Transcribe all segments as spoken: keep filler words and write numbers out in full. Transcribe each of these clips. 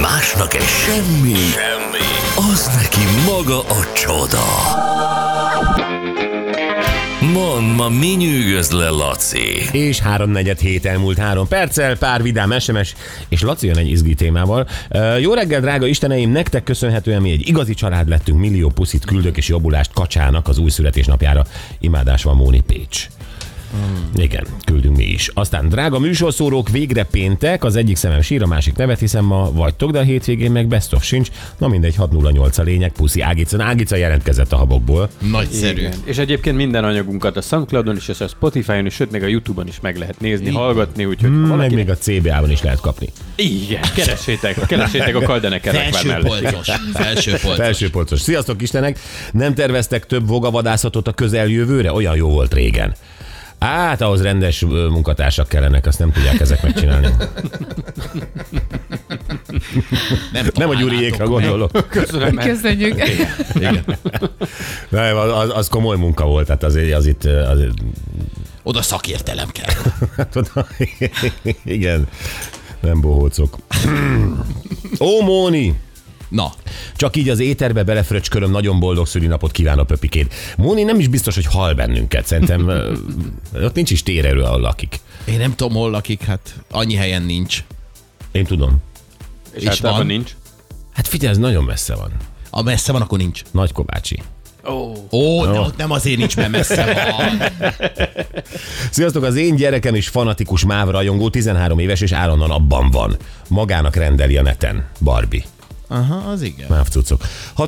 Másnak egy semmi, semmi, az neki maga a csoda. Mondd, ma mi nyűgöz le, Laci? És háromnegyed hét elmúlt három perccel, pár vidám es em es, és Laci jön egy izgi témával. Uh, jó reggel, drága isteneim, nektek köszönhetően mi egy igazi család lettünk, millió puszit küldök és jobbulást Kacsának az új születésnapjára. Imádás van, Móni Pécs. Hmm. Igen, küldünk mi is. Aztán, drága műsorszórók, végre péntek, az egyik szemem sír, a másik nevet, hiszen ma vagytok, de a hétvégén meg best of sincs. Na mindegy, hat nulla nyolc a lényeg, puszi. Ágica, Ágica jelentkezett a habokból. Nagyszerű. Igen. És egyébként minden anyagunkat a SoundCloudon és a Spotify-on is, sőt még a YouTube-on is meg lehet nézni, igen, hallgatni, úgyhogy hmm, valakinek... meg még a cé bé á-on is lehet kapni. Igen, keressétek, keressétek a Kaldenekerek már mellett. Felsőpolcos. Felsőpolcos. Sziasztok istenek! Nem terveztek több vogavadászatot a közeljövőre? Olyan jó volt régen. Hát, ahhoz rendes munkatársak kellenek, azt nem tudják ezek megcsinálni. Nem, nem a Gyuriékra gondolok. Köszönöm. Köszönjük. Igen. Nem, az, az komoly munka volt, tehát az, az itt... Az... Oda szakértelem kell. Igen, nem bohócok. Ó, Móni! Na. Csak így az éterbe belefröcskölöm, nagyon boldog szülinapot kívánok, Pöpikét. Móni nem is biztos, hogy hall bennünket. Szerintem ott nincs is térerő, ahol lakik. Én nem tudom, hol lakik, hát annyi helyen nincs. Én tudom. És, és van? Nincs? Hát figyelj, ez nagyon messze van. A messze van, akkor nincs. Nagykovácsi. Ó, oh. oh, oh. nem azért nincs, mert messze van. Sziasztok, az én gyerekem is fanatikus MÁV rajongó, tizenhárom éves, és állandóan abban van. Magának rendeli a neten. Barbie. Aha, az igen. MÁV cuccok.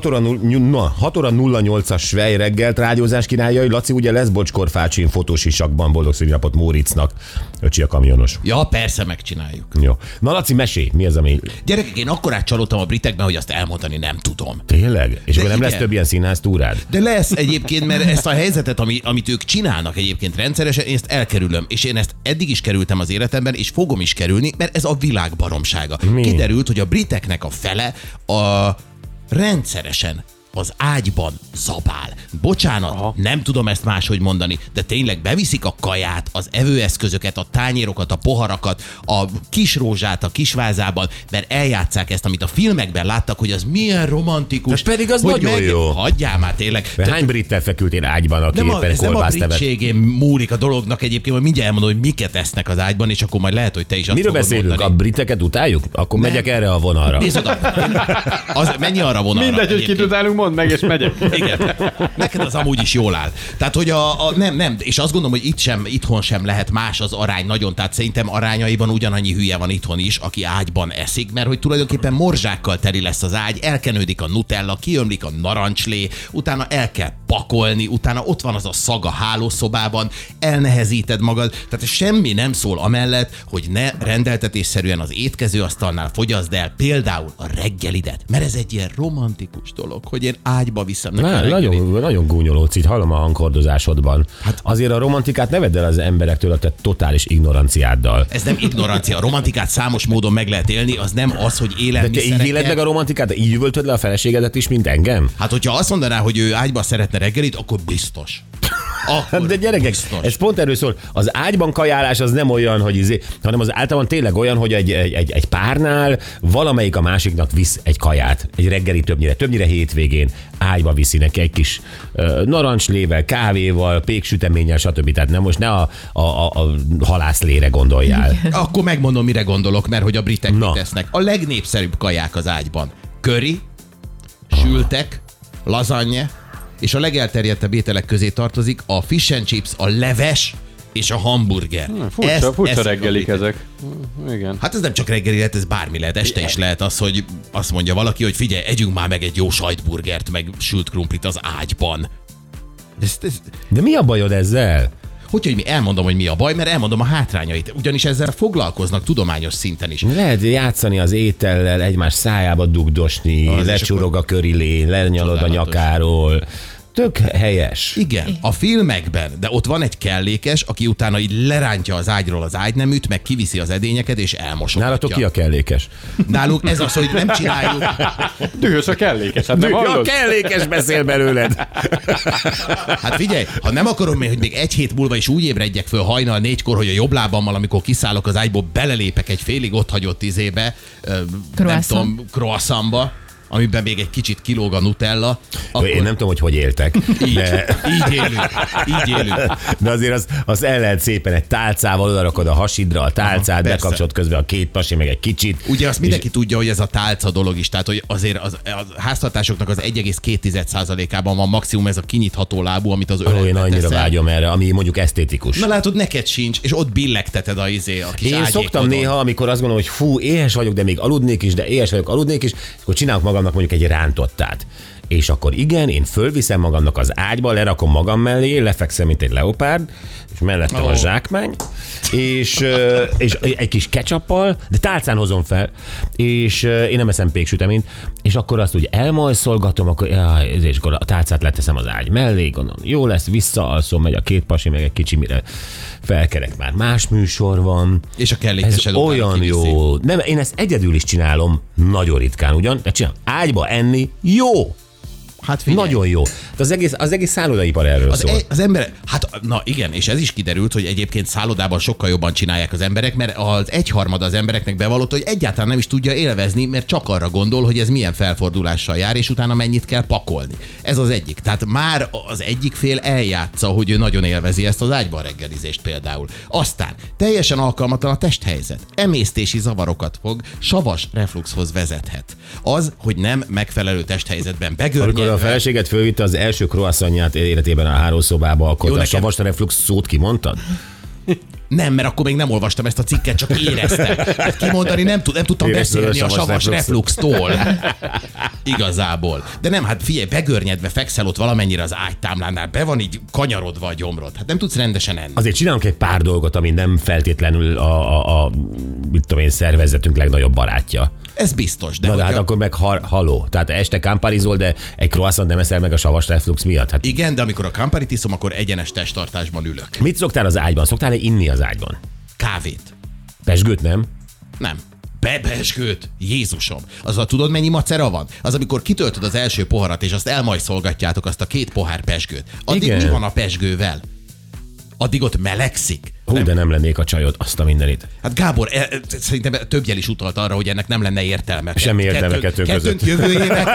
hat óra nulla nyolcas Svej reggelt, rádiózás királyai. Laci, ugye lesz Bocskorfácsin fotósisakban, boldog szülinapot Móricznak. Öcsi a kamionos. Ja, persze, megcsináljuk. Jó. Na Laci, mesélj, mi az, ami... Gyerekek, én akkorát csalódtam a britekben, hogy azt elmondani nem tudom. Tényleg? És de akkor nem igen. lesz több ilyen színház túrád? De lesz egyébként, mert ezt a helyzetet, ami, amit ők csinálnak egyébként rendszeresen, én ezt elkerülöm. És én ezt eddig is kerültem az életemben, és fogom is kerülni, mert ez a világ baromsága. Mi? Kiderült, hogy a briteknek a fele a rendszeresen az ágyban zabál. Bocsánat, aha, nem tudom ezt máshogy mondani, de tényleg beviszik a kaját, az evőeszközöket, a tányérokat, a poharakat, a kis rózsát a kisvázában, mert eljátszák ezt, amit a filmekben láttak, hogy az milyen romantikus. De pedig az nagyon meg... jó. Hagyjál már tényleg. De hány brittel fekültél ágyban, aki nem éppen kolbászt nevet? Nem a britségén múlik a dolognak egyébként, hogy mindjárt elmondom, hogy miket esznek az ágyban, és akkor majd lehet, hogy te is azt miről beszélünk? Mondani. A briteket utáljuk? Akkor nem. Megyek erre a vonalra. Nézd oda. Az, menj arra a vonalra. Mindegy, hogy kit utálunk, mondd meg, és megyek. Igen. Neked az amúgy is jól áll. Tehát, hogy a, a nem, nem, és azt gondolom, hogy itt sem, itthon sem lehet más az arány nagyon, tehát szerintem arányaiban ugyanannyi hülye van itthon is, aki ágyban eszik, mert hogy tulajdonképpen morzsákkal teli lesz az ágy, elkenődik a nutella, kiömlik a narancslé, utána el kell pakolni, utána ott van az a szag a hálószobában, elnehezíted magad, tehát semmi nem szól amellett, hogy ne rendeltetésszerűen az étkezőasztalnál fogyaszd el például a reggelidet, mert ez egy ilyen romantikus dolog, hogy én ágyba viszem neki a nagyon, nagyon gúnyolódsz, itt hallom a hanghordozásodban. Hát azért a romantikát ne vedd el az emberektől a te totális ignoranciáddal. Ez nem ignorancia, a romantikát számos módon meg lehet élni, az nem az, hogy élelmiszerekkel... De te így éled meg a romantikát, így üvöltöd le a feleségedet is, mint engem? Hát, hogyha azt mondaná, hogy ő ágyba szeretne reggelit, akkor biztos. Akkor de gyerekek, biztos. Ez pont erről szól. Az ágyban kajálás az nem olyan, hogy izé, hanem az általában tényleg olyan, hogy egy, egy, egy párnál valamelyik a másiknak visz egy kaját, egy reggeli többnyire, többnyire hétvégén ágyba viszi neki egy kis uh, narancslével, kávéval, péksüteménnyel, stb. Tehát nem most ne a, a, a, a halászlére gondoljál. Akkor megmondom, mire gondolok, mert hogy a britek mit tesznek. A legnépszerűbb kaják az ágyban. Curry, sültek, lasagne, és a legelterjedtebb ételek közé tartozik a fish and chips, a leves és a hamburger. Hmm, furcsa, ezt, furcsa ezt reggelik ezek. Igen. Hát ez nem csak reggeli lehet, ez bármi lehet. Este is lehet az, hogy azt mondja valaki, hogy figyelj, együnk már meg egy jó sajtburgert, meg sült krumplit az ágyban. Ez, ez... De mi a bajod ezzel? Hogy, hogy elmondom, hogy mi a baj, mert elmondom a hátrányait. Ugyanis ezzel foglalkoznak tudományos szinten is. Lehet játszani az étellel, egymás szájába dugdosni, az lecsurog a körilé, lenyalod a nyakáról. tök helyes. Igen, a filmekben, de ott van egy kellékes, aki utána így lerántja az ágyról az ágyneműt, meg kiviszi az edényeket, és elmosogatja. Nálatok ki a kellékes? Nálunk ez az, hogy nem csináljuk. Dühös a kellékes, hát nem A hallod? kellékes beszél belőled. Hát figyelj, ha nem akarom még, hogy még egy hét múlva is úgy ébredjek föl hajnal négykor, hogy a jobb lábammal, amikor kiszállok az ágyból, belelépek egy félig ott hagyott izébe, ö, nem Croissant. tudom, croissantba, amiben még egy kicsit kilóg a Nutella. Akkor... Én nem tudom, hogy hogy éltek. Így, De... így élünk, így élünk. De azért az, az el lehet szépen egy tálcával, oda rakod a hasidra a tálcát, Aha, bekapcsolod közben a két pasi, meg egy kicsit. Ugye azt mindenki és... tudja, hogy ez a tálca dolog is, tehát hogy azért az, a háztartásoknak az egy egész két százalékában van maximum ez a kinyitható lábú, amit az Ó, én öregbe annyira teszel. vágyom erre, ami mondjuk esztétikus. Na látod, neked sincs, és ott billegteted a, izé, a kis Én szoktam ágyékodon. néha, amikor azt gondolom, hogy fú, éhes vagyok, de még aludnék is, de éhes vagyok, aludnék is, akkor csinálok magamnak mondjuk egy rántottát. És akkor igen, én fölviszem magamnak az ágyba, lerakom magam mellé, lefekszem, mint egy leopárd, és mellettem oh. a zsákmány, és, és egy kis ketchuppal, de tálcán hozom fel, és én nem eszem péksüteményt, és akkor azt úgy elmajszolgatom, akkor, jaj, és akkor a tálcát leteszem az ágy mellé, gondolom, jó lesz, visszaalszom, megy a két pasi, meg egy kicsi, mire felkerek, már más műsor van. És a Ez kellékesed utána olyan kiviszi. jó. Nem, én ezt egyedül is csinálom, nagyon ritkán ugyan, de csinálom. Ágyba enni, jó. Hát figyelj. Nagyon jó. De az egész, az egész szállodaipar erről Az, szól. e, az ember, hát na igen, és ez is kiderült, hogy egyébként szállodában sokkal jobban csinálják az emberek, mert az egyharmada az embereknek bevallott, hogy egyáltalán nem is tudja élvezni, mert csak arra gondol, hogy ez milyen felfordulással jár, és utána mennyit kell pakolni. Ez az egyik. Tehát már az egyik fél eljátsza, hogy ő nagyon élvezi ezt az ágyban reggelizést például. Aztán teljesen alkalmatlan a testhelyzet. Emésztési zavarokat fog, savas refluxhoz vezethet. Az, hogy nem megfelelő testhelyzetben begörnyedve. Amikor a feleséget fölvitte az első croissantját életében a hálószobába, akkor Jó, a nekem- savas reflux szót kimondtad? Nem, mert akkor még nem olvastam ezt a cikket, csak éreztem. Hát kimondani nem, tud, nem tudtam Érezted beszélni a a savas savas refluxot. refluxtól. Igazából. De nem, hát figyelj, begörnyedve fekszel ott valamennyire az ágytámlánál, be van így kanyarodva a gyomrod. Hát nem tudsz rendesen enni. Azért csinálunk egy pár dolgot, ami nem feltétlenül a, a, a mit tudom én, szervezetünk legnagyobb barátja. Ez biztos. De Na de hogyha- hát akkor meg ha, haló. Tehát este kámparizol, de egy croissant nem eszel meg a savas reflux miatt. Hát Igen, de amikor a kamparit iszom, akkor egyenes testtartásban ülök. mit szoktál az ágyban? Szoktál-e inni az ágyban? Kávét. Pesgőt nem? Nem. Bebesgőt, Jézusom. Azzal tudod, mennyi macera van? Az, amikor kitöltöd az első poharat, és azt elmajszolgatjátok, azt a két pohár pesgőt. Addig Igen. mi van a pesgővel? Addig ott melegszik. Hú, Nem- de nem lennék a csajod, azt a mindenit. Hát Gábor, e, e, szerintem több jel is utalt arra, hogy ennek nem lenne értelme. Semmi értelme kettő között. Kettőnk jövőjének.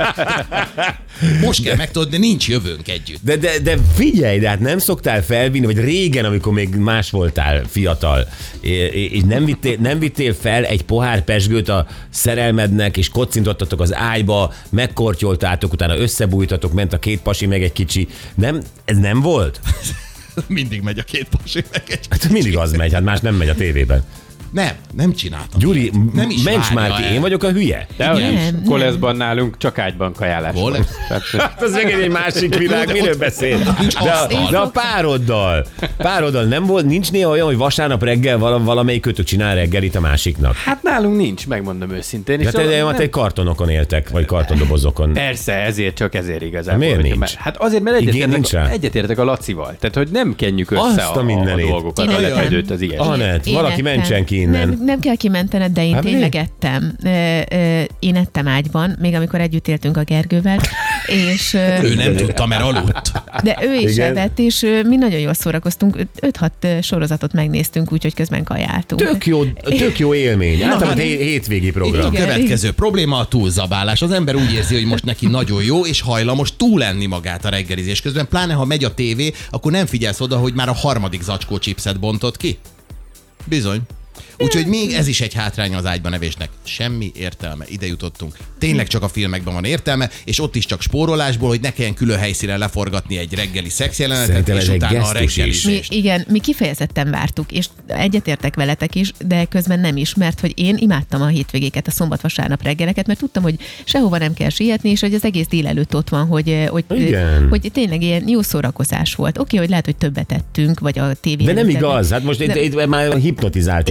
Most kell megtudni, nincs jövőnk együtt. De, de, de figyelj, de hát nem szoktál felvinni, vagy régen, amikor még más voltál, fiatal, és nem vittél, nem vittél fel egy pohár pesgőt a szerelmednek, és kocintottatok az ágyba, megkortyoltátok, utána összebújtatok, ment a két pasi, meg egy kicsi. Nem, ez nem volt? Mindig megy a két pasi meg egy... Hát mindig az megy, hát más nem megy a tévében. Nem, nem csináltam. Gyuri, Nem is mencs várja már ki, el. én vagyok a hülye. De hogy Nem, is. nem. Koleszban nálunk csak ágyban kajálás. Hol? van. Tehát, Hát az megint egy másik világ, de miről ott- beszél? nincs De, asztal. a, de a pároddal, pároddal nem volt, nincs néha olyan, hogy vasárnap reggel vala, valamelyik kötök csinál reggelit a másiknak. hát nálunk nincs, megmondom őszintén. És Ja, te, a- de nem- hát egy kartonokon éltek, vagy kartondobozokon. Persze, ezért csak ezért igazából. Miért Hogyha nincs? már- Hát azért, mert Igény nincs egyetértek, rá? egyetértek a Lacival. Tehát, hogy nem kenjük össze Azt a, a a, a mindenit. dolgokat, Én a ettem. lepedőt, az ilyesmi. Anett, Én valaki ettem. mentsen ki innen. Nem, nem kell kimentened, de én Hát tényleg mi? ettem. Ö, ö, Én ettem ágyban, még amikor együtt éltünk a Gergővel, és, ö, Ő nem tudta, mert aludt. de ő is Igen. evett, és ö, mi nagyon jól szórakoztunk. öt-hat sorozatot megnéztünk, úgyhogy közben kajáltunk. Tök jó, tök jó élmény. Általában hát- hé- hétvégi Itt program. a Igen, következő probléma a túlzabálás. Az ember úgy érzi, hogy most neki nagyon jó, és hajlamos túlenni magát a reggelizés közben. Pláne, ha megy a tévé, akkor nem figyelsz oda, hogy már a harmadik zacskó chipset bontott ki. Bizony. Úgyhogy még ez is egy hátránya az ágyban evésnek. Semmi értelme. Ide jutottunk. Tényleg csak a filmekben van értelme, és ott is csak spórolásból, hogy ne kelljen külön helyszínen leforgatni egy reggeli szexjelenetet, Szerintem és ez egy utána a gesztus is. Mi, reggelizést. igen, mi kifejezetten vártuk, és egyetértek veletek is, de közben nem is, mert hogy én imádtam a hétvégéket, a szombat-vasárnap reggeleket, mert tudtam, hogy sehova nem kell sietni, és hogy az egész délelőtt ott van, hogy, hogy, Igen. hogy tényleg ilyen jó szórakozás volt. Oké, hogy lehet, hogy többet ettünk, vagy a tévén. De nem igaz, hát most itt, De- itt már hipnotizál téged. Igen,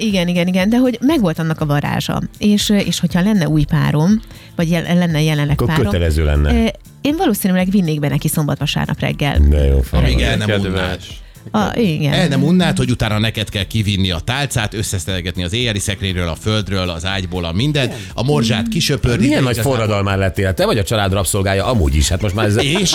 Igen, igen, igen, de hogy megvolt annak a varázsa. És, és hogyha lenne új párom, vagy jel, lenne jelenleg Akkor párom. kötelező lenne. Én valószínűleg vinnék be neki szombat-vasárnap reggel. De jó, fel. Amíg el nem Kedves. unnád. A, igen. El nem unnád, hogy utána neked kell kivinni a tálcát, összeszedgetni az éjjeli szekrényről, a földről, az ágyból, a mindent, a morzsát kisöpörni. Milyen de nagy igazából- forradalmár lettél? Te vagy a család rabszolgája, amúgy is. Hát most már ez... És?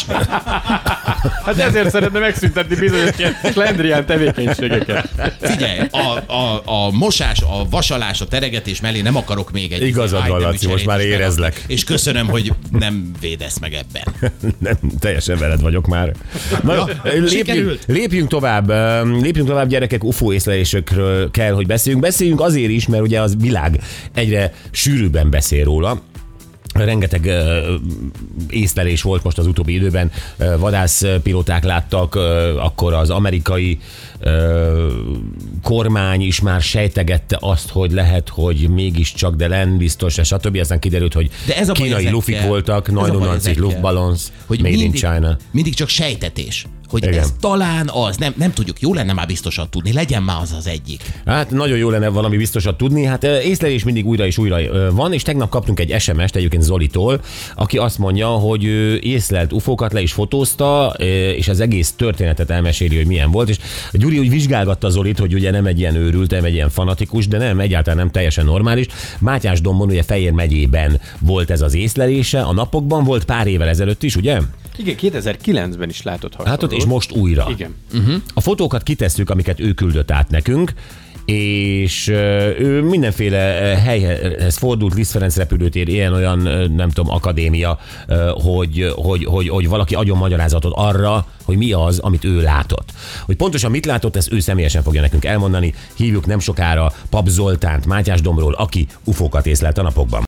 Hát ezért szeretne megszüntetni bizonyos ilyen slendrián tevékenységeket. Figyelj, a, a, a mosás, a vasalás, a teregetés mellé nem akarok még egy... Igazad van, ágynemű Laci, most cserét már is érezlek. berakni. És köszönöm, hogy nem védesz meg ebben. Nem, teljesen veled vagyok már. Na, jó, lépjünk, sikerült. lépjünk tovább, öm, lépjünk tovább, gyerekek, u f o észlelésekről kell, hogy beszéljünk. Beszéljünk azért is, mert ugye az világ egyre sűrűbben beszél róla. Rengeteg uh, észlelés volt most az utóbbi időben, uh, vadászpilóták láttak, uh, akkor az amerikai uh, kormány is már sejtegette azt, hogy lehet, hogy mégiscsak, de len biztos, stb. Aztán kiderült, hogy De ez a baj kínai ezekkel. lufik voltak, Ez a baj neunundneunzig ezekkel. Luftballons, Hogy made in mindig, China. mindig csak sejtetés. Hogy Igen. ez talán az, nem, nem tudjuk, jó lenne már biztosan tudni, legyen már az az egyik. Hát nagyon jó lenne valami biztosat tudni. Hát ö, észlelés mindig újra és újra ö, van, és tegnap kaptunk egy es em est egyébként Zolitól, aki azt mondja, hogy ő észlelt ufókat, le is fotózta, ö, és az egész történetet elmeséli, hogy milyen volt. És Gyuri úgy vizsgálgatta Zolit, hogy ugye nem egy ilyen őrült, nem egy ilyen fanatikus, de nem, egyáltalán nem teljesen normális. Mátyásdombon, ugye Fejér megyében volt ez az észlelése, a napokban volt pár évvel ezelőtt is, ugye? Igen, kétezer-kilencben is látott hasonlót. Hát ott és most újra. Igen. A fotókat kitesszük, amiket ő küldött át nekünk, és ö, ő mindenféle helyhez fordult, Liszt Ferenc repülőtér, ilyen-olyan, ö, nem tudom, akadémia, ö, hogy, hogy, hogy, hogy valaki adjon magyarázatot arra, hogy mi az, amit ő látott. Hogy pontosan mit látott, ezt ő személyesen fogja nekünk elmondani. Hívjuk nem sokára Pap Zoltánt Mátyásdombról, aki ufókat észlelt a napokban.